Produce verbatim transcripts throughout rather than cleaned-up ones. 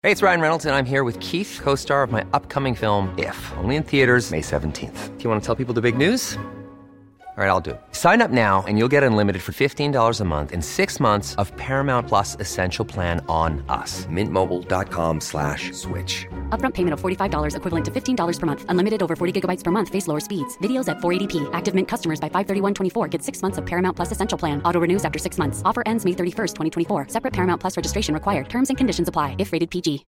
Hey, it's Ryan Reynolds, and I'm here with Keith, co-star of my upcoming film, If, only in theaters May seventeenth. Do you want to tell people the big news? All right, I'll do it. Sign up now and you'll get unlimited for fifteen dollars a month and six months of Paramount Plus Essential Plan on us. Mint Mobile dot com slash switch. Upfront payment of forty-five dollars equivalent to fifteen dollars per month. Unlimited over forty gigabytes per month. Face lower speeds. Videos at four eighty p. Active Mint customers by five thirty-one twenty-four get six months of Paramount Plus Essential Plan. Auto renews after six months. Offer ends May thirty-first, twenty twenty-four. Separate Paramount Plus registration required. Terms and conditions apply if rated P G.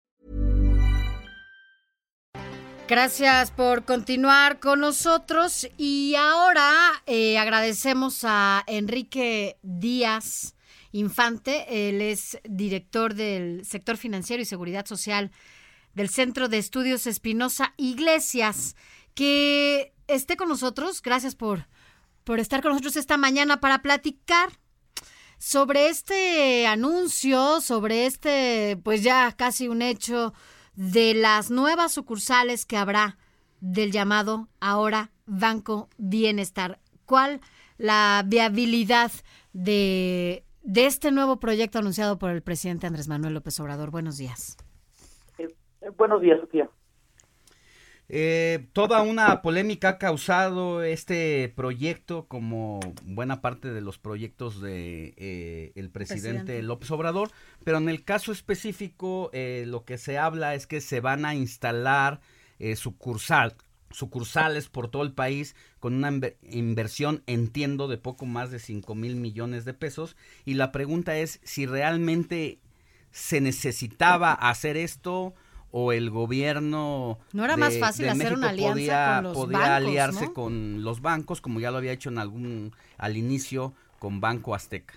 Gracias por continuar con nosotros y ahora eh, agradecemos a Enrique Díaz Infante. Él es director del sector financiero y seguridad social del Centro de Estudios Espinosa Iglesias, que esté con nosotros. Gracias por, por estar con nosotros esta mañana para platicar sobre este anuncio, sobre este, pues ya casi un hecho de las nuevas sucursales que habrá del llamado ahora Banco Bienestar. ¿Cuál la viabilidad de, de este nuevo proyecto anunciado por el presidente Andrés Manuel López Obrador? Buenos días. Eh, buenos días, Sofía. Eh, toda una polémica ha causado este proyecto, como buena parte de los proyectos de eh, el presidente, presidente López Obrador, pero en el caso específico eh, lo que se habla es que se van a instalar eh, sucursal, sucursales por todo el país con una inver- inversión, entiendo, de poco más de cinco mil millones de pesos, y la pregunta es si realmente se necesitaba hacer esto, o el gobierno no era de, más fácil de hacer México una alianza podía, con los podía bancos, aliarse ¿no? con los bancos, como ya lo había hecho en algún al inicio con Banco Azteca.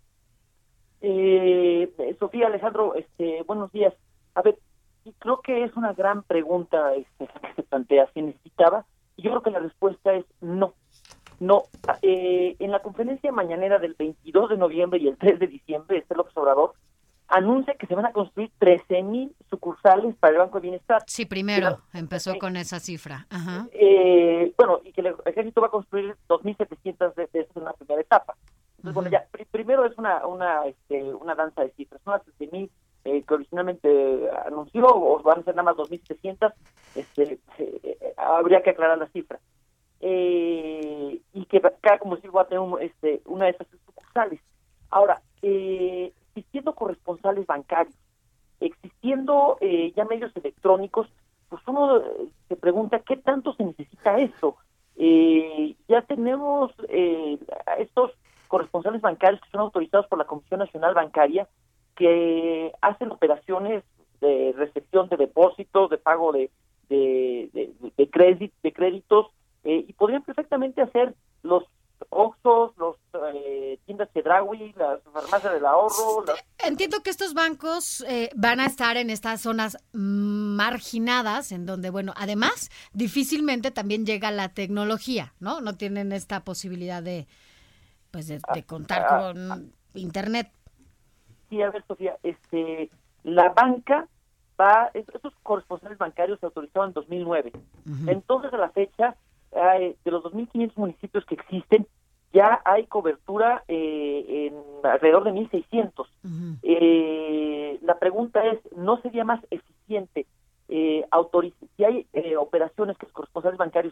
Eh, Sofía, Alejandro, este, buenos días. A ver, creo que es una gran pregunta este, que se plantea, ¿se necesitaba? Y yo creo que la respuesta es no. No. Eh, en la conferencia mañanera del veintidós de noviembre y el tres de diciembre, este López Obrador anuncia que se van a construir trece mil sucursales para el Banco de Bienestar. Sí, primero Pero, empezó eh, con esa cifra. Ajá. Eh, bueno, y que el ejército va a construir dos mil setecientas de, de esas en una primera etapa. Entonces, uh-huh. bueno, ya, pr- primero es una una este, una danza de cifras. Son las trece mil eh, que originalmente anunció, o van a ser nada más dos mil setecientas, este, eh, habría que aclarar la cifra. Eh, y que cada como si va a tener un, este, una de esas sucursales. Ahora, eh, existiendo corresponsales bancarios, existiendo eh, ya medios electrónicos, pues uno eh, se pregunta qué tanto se necesita esto. Eh, ya tenemos eh, a estos corresponsales bancarios que son autorizados por la Comisión Nacional Bancaria, que hacen operaciones de recepción de depósitos, de pago de de, de, de, crédit, de créditos, eh, y podrían perfectamente hacer los Oxxos, los eh, tiendas Chedraui, las farmacias del ahorro. Las... Entiendo que estos bancos eh, van a estar en estas zonas marginadas, en donde, bueno, además, difícilmente también llega la tecnología, ¿no? No tienen esta posibilidad de, pues, de, de contar ah, con ah, internet. Sí, a ver, Sofía, este, la banca va, estos corresponsales bancarios se autorizaron en dos mil nueve. Uh-huh. Entonces, a la fecha, de los dos mil quinientos municipios que existen, ya hay cobertura eh, en alrededor de mil seiscientos. Uh-huh. Eh, la pregunta es, ¿no sería más eficiente eh, autorizar, si hay eh, operaciones que los corresponsales bancarios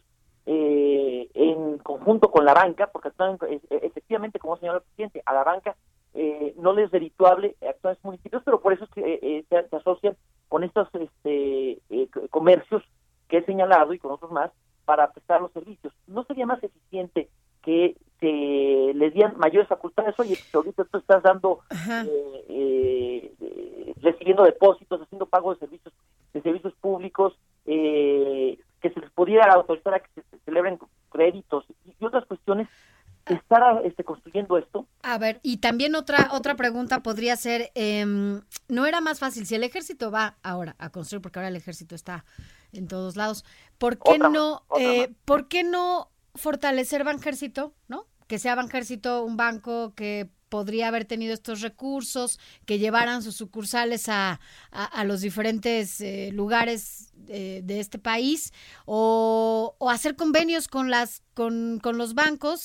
eh, en conjunto con la banca, porque actúan, eh, efectivamente, como señaló el presidente, a la banca eh, no les es redituable actuar en sus municipios, pero por eso es que eh, se, se asocian con estos este, eh, comercios que he señalado y con otros más, para prestar los servicios? ¿No sería más eficiente que se les dieran mayores facultades? Oye, pues ahorita tú estás dando, eh, eh, eh, recibiendo depósitos, haciendo pago de servicios de servicios públicos, eh, que se les pudiera autorizar a que se celebren créditos y, y otras cuestiones, estar este, construyendo esto. A ver, y también otra otra pregunta podría ser, eh, ¿no era más fácil si el ejército va ahora a construir, porque ahora el ejército está en todos lados, ¿por qué otra, no otra eh, por qué no fortalecer Banjército, ¿no? Que sea Banjército un banco que podría haber tenido estos recursos, que llevaran sus sucursales a, a, a los diferentes eh, lugares eh, de este país, o, o hacer convenios con las con, con los bancos,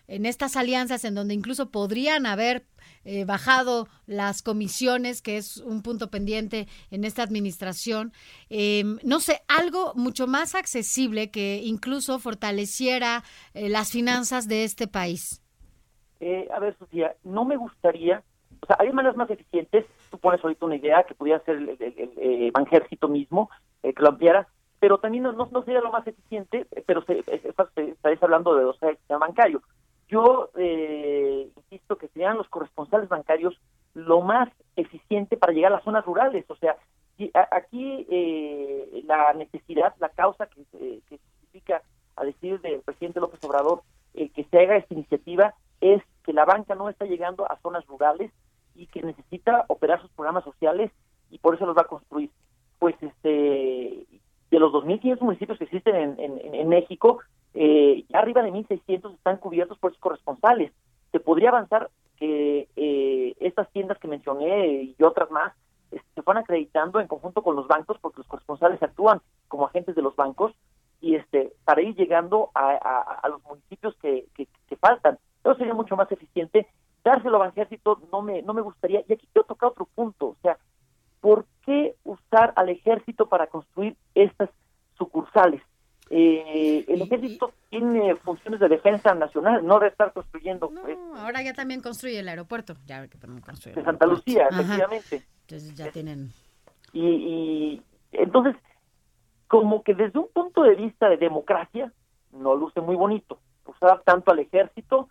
en estas alianzas en donde incluso podrían haber eh, bajado las comisiones, que es un punto pendiente en esta administración, eh, no sé, algo mucho más accesible que incluso fortaleciera eh, las finanzas de este país? Eh, a ver, Sofía, no me gustaría, o sea, hay maneras más eficientes. Tú pones ahorita una idea que pudiera ser el, el, el, el Banjército mismo, eh, que lo ampliara, pero también no, no, no sería lo más eficiente, pero se, se, estaréis hablando de dos sistema bancario. Yo eh, insisto que serían los corresponsales bancarios lo más eficiente para llegar a las zonas rurales. O sea, y a, aquí eh, la necesidad, la causa que, eh, que justifica, a decir del presidente López Obrador, eh, que se haga esta iniciativa, es que la banca no está llegando a zonas rurales y que necesita operar sus programas sociales y por eso los va a construir. Pues este de los dos mil quinientos municipios que existen en, en, en México, eh, ya arriba de mil seiscientos están cubiertos por esos corresponsales. Se podría avanzar que eh, estas tiendas que mencioné y otras más eh, se van acreditando en conjunto con los bancos, porque los corresponsales actúan como agentes de los bancos, y este para ir llegando a, a, a los municipios que, que, que faltan. Eso sería mucho más eficiente. Dárselo a Banjército no me no me gustaría. Y aquí quiero tocar otro punto. O sea, ¿por qué usar al ejército para construir estas sucursales? Eh, el ejército tiene funciones de defensa nacional, no de estar construyendo. No, eh, ahora ya también construye el aeropuerto. Ya que también construye de el Santa aeropuerto. Lucía, Ajá. efectivamente. Entonces ya tienen... Y, y entonces, como que desde un punto de vista de democracia, no luce muy bonito. Usar tanto al ejército,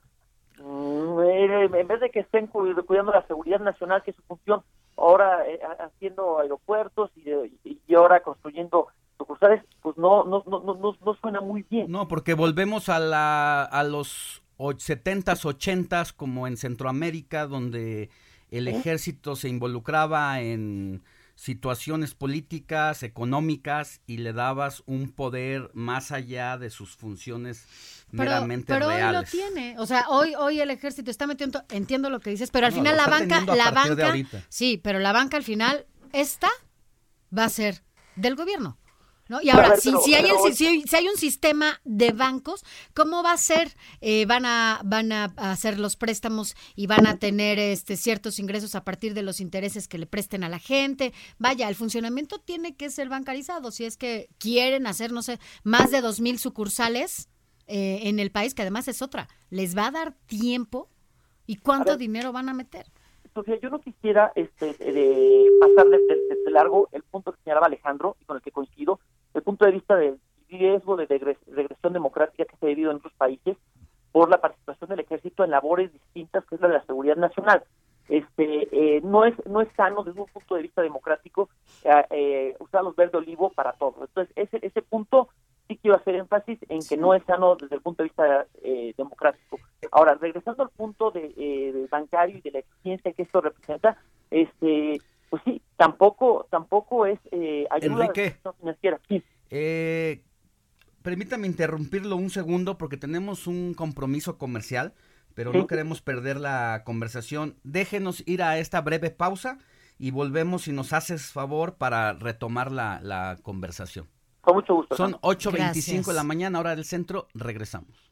en vez de que estén cuidando la seguridad nacional, que es su función, ahora eh, haciendo aeropuertos y, y, y ahora construyendo sucursales, pues no no, no no no suena muy bien. No, porque volvemos a la a los setentas, ochentas, como en Centroamérica, donde el ¿Eh? ejército se involucraba en situaciones políticas, económicas, y le dabas un poder más allá de sus funciones pero, meramente pero reales. Pero hoy lo tiene, o sea, hoy hoy el ejército está metiendo, entiendo lo que dices, pero al no, final la banca, la banca, sí, pero la banca al final, esta va a ser del gobierno, ¿no? Y ahora, ver, si, pero, si, hay pero, el, si, si hay un sistema de bancos, ¿cómo va a ser? Eh, van a van a hacer los préstamos y van a tener este ciertos ingresos a partir de los intereses que le presten a la gente. Vaya, el funcionamiento tiene que ser bancarizado. Si es que quieren hacer, no sé, más de dos mil sucursales eh, en el país, que además es otra, ¿les va a dar tiempo? ¿Y cuánto ver, dinero van a meter? Sofía, yo no quisiera este, de pasar de, de, de largo el punto que señalaba Alejandro y con el que coincido, el punto de vista del riesgo de regresión democrática que se ha vivido en otros países por la participación del ejército en labores distintas, que es la de la seguridad nacional. Este eh, no es no es sano desde un punto de vista democrático eh, eh, usar los verde olivo para todo. Entonces ese ese punto sí quiero hacer énfasis en que no es sano desde el punto de vista eh, democrático. Ahora, regresando al punto de, eh, del bancario y de la eficiencia que esto representa, este pues sí, tampoco tampoco es eh, ayuda Enrique, financiera. Sí. Eh, permítame interrumpirlo un segundo porque tenemos un compromiso comercial, pero ¿Sí? no queremos perder la conversación. Déjenos ir a esta breve pausa y volvemos, si nos haces favor, para retomar la, la conversación. Con mucho gusto. Son ocho veinticinco de la mañana, hora del centro. Regresamos.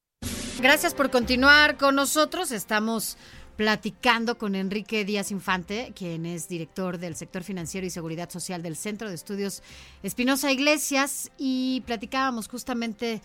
Gracias por continuar con nosotros. Estamos platicando con Enrique Díaz Infante, quien es director del sector financiero y seguridad social del Centro de Estudios Espinosa Iglesias, y platicábamos justamente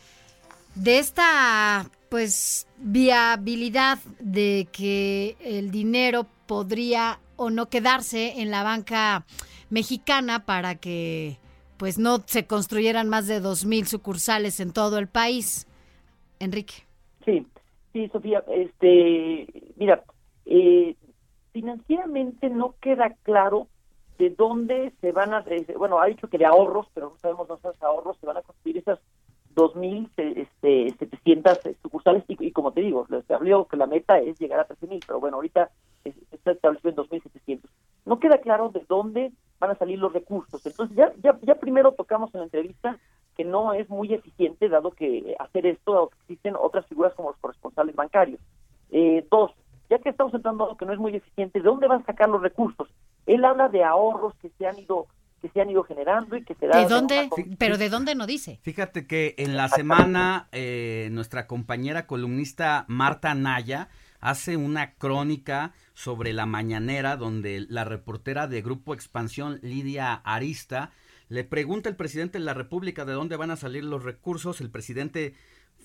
de esta pues viabilidad de que el dinero podría o no quedarse en la banca mexicana para que pues no se construyeran más de dos mil sucursales en todo el país. Enrique. Sí, sí, Sofía, este, mira, eh, financieramente no queda claro de dónde se van a, eh, bueno, ha dicho que de ahorros, pero no sabemos dónde esos ahorros se van a construir esas dos mil este, setecientas sucursales, y, y como te digo, les habló que la meta es llegar a trece mil, pero bueno, ahorita es, está establecido en dos mil setecientos. No queda claro de dónde van a salir los recursos. Entonces ya, ya, ya primero tocamos en la entrevista que no es muy eficiente, dado que hacer esto, dado que existen otras figuras como los corresponsales bancarios. Eh, dos, ya que estamos entrando a que no es muy eficiente, ¿de dónde van a sacar los recursos? Él habla de ahorros que se han ido que se han ido generando y que se ¿De dan... dónde? Pero ¿de dónde no dice? Fíjate que en la semana eh, nuestra compañera columnista Marta Naya hace una crónica sobre la mañanera donde la reportera de Grupo Expansión, Lidia Arista, le pregunta al presidente de la República de dónde van a salir los recursos. El presidente,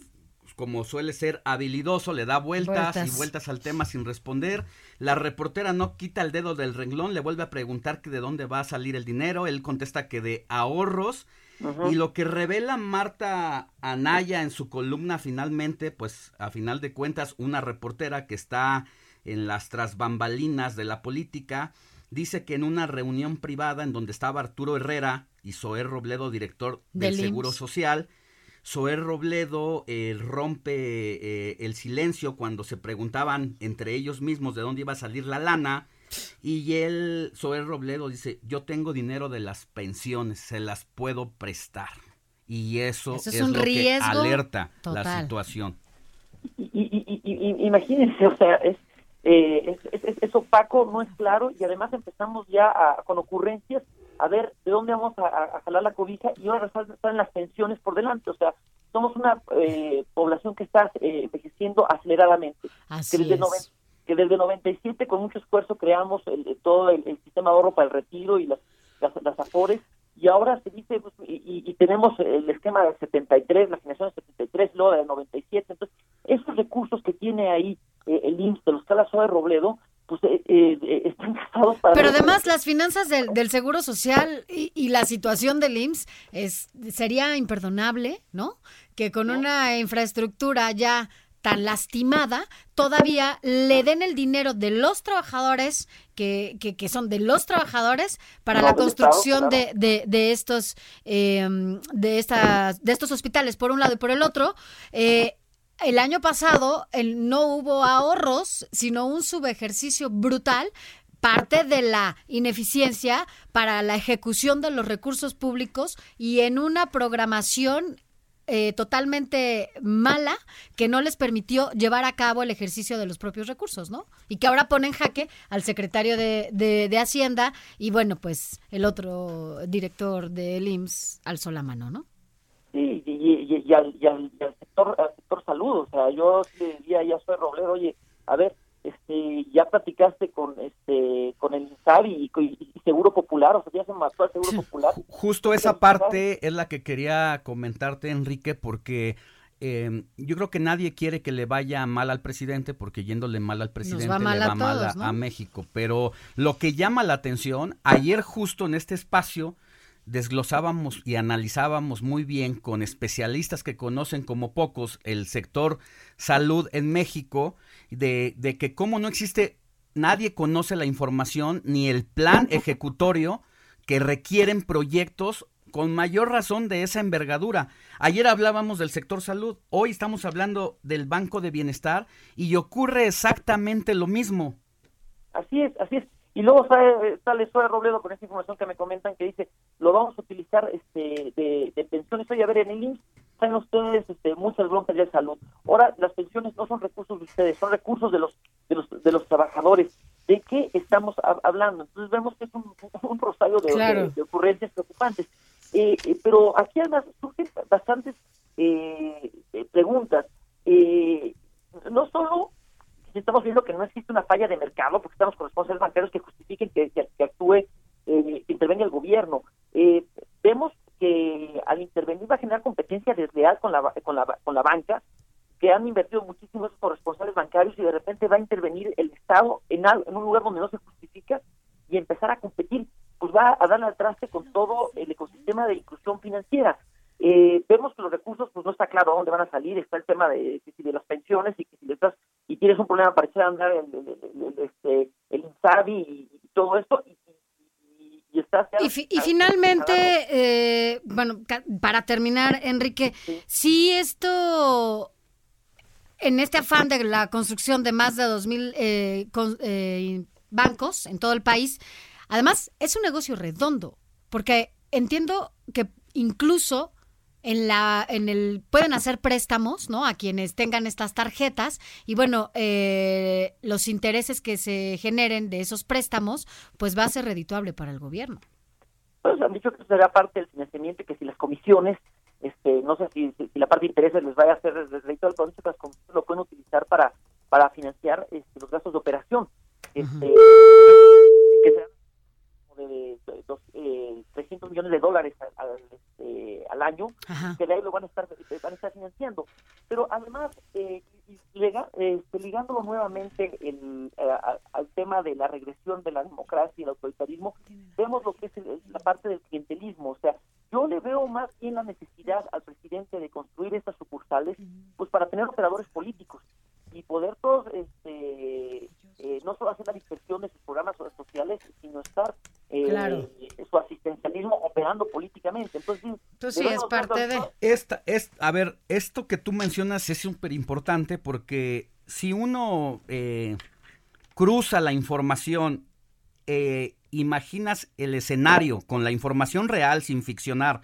como suele ser habilidoso, le da vueltas, vueltas y vueltas al tema sin responder. La reportera no quita el dedo del renglón, le vuelve a preguntar que de dónde va a salir el dinero. Él contesta que de ahorros. Uh-huh. Y lo que revela Marta Anaya en su columna finalmente, pues a final de cuentas, una reportera que está en las trasbambalinas de la política, dice que en una reunión privada en donde estaba Arturo Herrera y Zoé Robledo, director del, del Seguro Social, Zoé Robledo eh, rompe eh, el silencio cuando se preguntaban entre ellos mismos de dónde iba a salir la lana. Y él, Zoé Robledo, dice, yo tengo dinero de las pensiones, se las puedo prestar. Y eso, eso es, es lo que alerta total. La situación. Y, y, y, y, imagínense, o sea, es, eh, es, es, es opaco, no es claro, y además empezamos ya a, con ocurrencias a ver de dónde vamos a, a jalar la cobija, y ahora están las pensiones por delante. O sea, somos una eh, población que está eh, envejeciendo aceleradamente. Así que desde es. noventa que desde noventa y siete con mucho esfuerzo creamos el, todo el, el sistema de ahorro para el retiro y las, las, las afores, y ahora se dice, pues, y, y tenemos el esquema del setenta y tres, la generación del setenta y tres, luego del noventa y siete, entonces esos recursos que tiene ahí eh, el I M S S, de los que habla Zoé Robledo, pues eh, eh, están gastados para... Pero además las finanzas del, del Seguro Social y, y la situación del I M S S es, sería imperdonable, ¿no? Que con ¿no? una infraestructura ya tan lastimada, todavía le den el dinero de los trabajadores, que, que, que son de los trabajadores, para no, la construcción Estado, claro. de, de, de estos eh, de estas de estos hospitales, por un lado, y por el otro, eh, el año pasado el, no hubo ahorros, sino un subejercicio brutal, parte de la ineficiencia para la ejecución de los recursos públicos y en una programación Eh, totalmente mala que no les permitió llevar a cabo el ejercicio de los propios recursos, ¿no? Y que ahora pone en jaque al secretario de, de, de Hacienda y bueno, pues el otro director del I M S S alzó la mano, ¿no? Sí, y, y, y, al, y, al, y al, sector, al sector salud, o sea, yo le diría ya soy Robledo, oye, a ver, este, ya platicaste con este con el INSABI y, y, y Seguro Popular, o sea, ya se mató al Seguro Popular. Justo esa parte es la que quería comentarte, Enrique, porque eh, yo creo que nadie quiere que le vaya mal al presidente, porque yéndole mal al presidente va mal le va a mal todos, a, ¿no? a México. Pero lo que llama la atención, ayer justo en este espacio desglosábamos y analizábamos muy bien con especialistas que conocen como pocos el sector salud en México, de, de que cómo no existe, nadie conoce la información ni el plan ejecutorio que requieren proyectos con mayor razón de esa envergadura. Ayer hablábamos del sector salud, hoy estamos hablando del Banco de Bienestar y ocurre exactamente lo mismo. Así es, así es. Y luego sale, sale Zoé Robledo con esta información que me comentan que dice, lo vamos a utilizar este de, de pensiones. Oye, a ver, en el I M S S traen ustedes este, muchas broncas de salud. Ahora, las pensiones no son recursos de ustedes, son recursos de los de los de los trabajadores. ¿De qué estamos a, hablando? Entonces vemos que es un, un rosario de, claro. de, de ocurrencias preocupantes. Eh, eh, pero aquí además surgen bastantes eh, eh, preguntas. Eh, no solo estamos viendo que no existe una falla de mercado, porque estamos con responsables bancarios que justifiquen que, que, que actúe, eh, que intervenga el gobierno. Eh, vemos que al intervenir va a generar competencia desleal con la con la con la banca, que han invertido muchísimo esos responsables bancarios, y de repente va a intervenir el Estado en, algo, en un lugar donde no se justifica y empezar a competir, pues va a darle al traste con todo el ecosistema de inclusión financiera. Eh, vemos que los recursos, pues no está claro a dónde van a salir. Está el tema de, de, de las pensiones, y que si le estás y tienes un problema para echar a andar el, el, el, el, este, el INSABI y, y todo esto, y, y, y estás... Y, fi, y finalmente, eh, bueno, para terminar, Enrique, sí. si esto... En este afán de la construcción de más de dos mil eh, con, eh, bancos en todo el país, además es un negocio redondo, porque entiendo que incluso en la en el pueden hacer préstamos, ¿no?, a quienes tengan estas tarjetas, y bueno, eh, los intereses que se generen de esos préstamos, pues va a ser redituable para el gobierno. Entonces han dicho que eso será parte del financiamiento y que si las comisiones, este, no sé si, si, si la parte de intereses les vaya a hacer el rédito al concepto, que las comisiones lo pueden utilizar para para financiar este, los gastos de operación, este, uh-huh. que serán de, de, de eh, trescientos millones de dólares al, al, este, al año, uh-huh. que de ahí lo van a estar van a estar financiando. Pero además, eh, lega, este, ligándolo nuevamente el, eh, a, al tema de la regresión de la democracia y el autoritarismo, vemos lo que es el, la parte del clientelismo. O sea, yo le veo más bien la necesidad al presidente de construir estas sucursales, pues para tener operadores políticos y poder todos, este, eh, no solo hacer la dispersión de sus programas sociales, sino estar eh, claro. su asistencialismo operando políticamente. Entonces, tú sí es parte de... Esta, es, a ver, esto que tú mencionas es súper importante porque si uno eh, cruza la información, eh, imaginas el escenario con la información real sin ficcionar,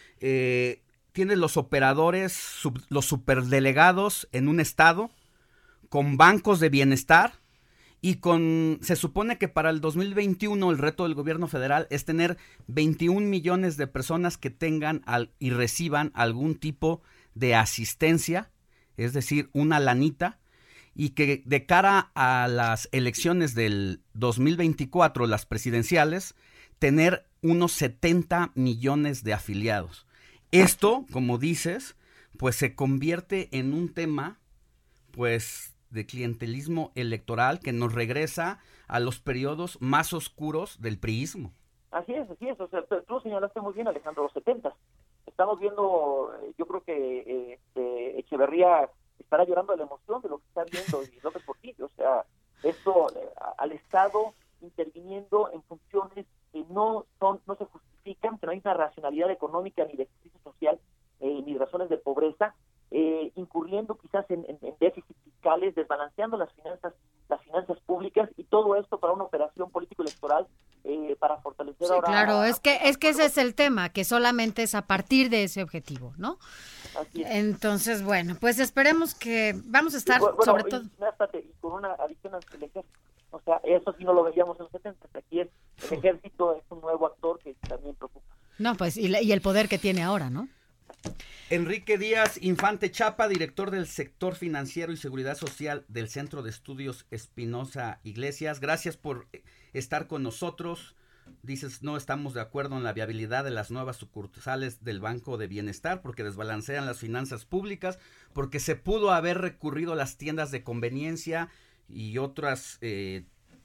eh, tienes los operadores, sub, los superdelegados en un estado, con bancos de bienestar y con, se supone que para el dos mil veintiuno el reto del gobierno federal es tener veintiún millones de personas que tengan al, y reciban algún tipo de asistencia, es decir, una lanita, y que de cara a las elecciones del dos mil veinticuatro, las presidenciales, tener unos setenta millones de afiliados. Esto, como dices, pues se convierte en un tema, pues, de clientelismo electoral que nos regresa a los periodos más oscuros del priismo. Así es, así es. O sea, tú lo señalaste muy bien, Alejandro, los setentas. Estamos viendo, yo creo que este, Echeverría estará llorando de la emoción de lo que está viendo y López Portillo. O sea, esto eh, al Estado interviniendo en funciones que no son, no se justifican, que no hay una racionalidad económica ni de justicia social, eh, ni de razones de pobreza, eh, incurriendo quizás en, en, en déficits fiscales, desbalanceando las finanzas, las finanzas públicas, y todo esto para una operación político-electoral eh, para fortalecer sí, ahora... Claro, es que es que ese es el tema, que solamente es a partir de ese objetivo, ¿no? Así es. Entonces, bueno, pues esperemos que vamos a estar, y, bueno, sobre y, todo... Y con una adicción al ejército. O sea, eso sí no lo veíamos en los setenta. Aquí es, el ejército es un nuevo actor que también preocupa. No, pues, y, y el poder que tiene ahora, ¿no? Enrique Díaz Infante Chapa, director del sector financiero y seguridad social del Centro de Estudios Espinosa Iglesias. Gracias por estar con nosotros. Dices, no estamos de acuerdo en la viabilidad de las nuevas sucursales del Banco de Bienestar porque desbalancean las finanzas públicas, porque se pudo haber recurrido a las tiendas de conveniencia y otras eh,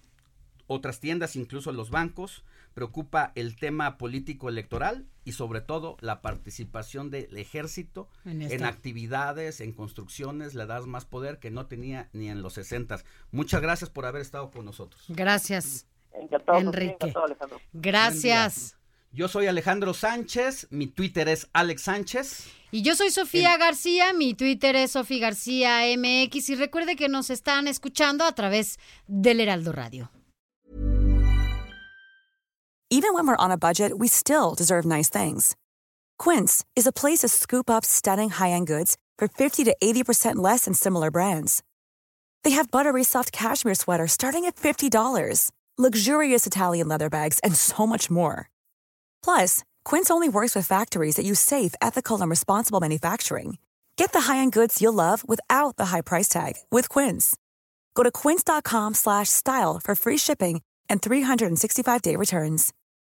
otras tiendas, incluso los bancos. Preocupa el tema político electoral y sobre todo la participación del ejército en, en actividades, en construcciones. Le das más poder que no tenía ni en los sesentas. Muchas gracias por haber estado con nosotros. Gracias, encantado, Enrique. Encantado, Alejandro. Gracias. Yo soy Alejandro Sánchez, mi Twitter es Alex Sánchez. Y yo soy Sofía El... García, mi Twitter es Sofía García M X, y recuerde que nos están escuchando a través del Heraldo Radio. Even when we're on a budget, we still deserve nice things. Quince is a place to scoop up stunning high-end goods for fifty to eighty percent less than similar brands. They have buttery soft cashmere sweaters starting at fifty dollars, luxurious Italian leather bags, and so much more. Plus, Quince only works with factories that use safe, ethical, and responsible manufacturing. Get the high-end goods you'll love without the high price tag with Quince. Go to quince.com slash style for free shipping and three sixty-five day returns.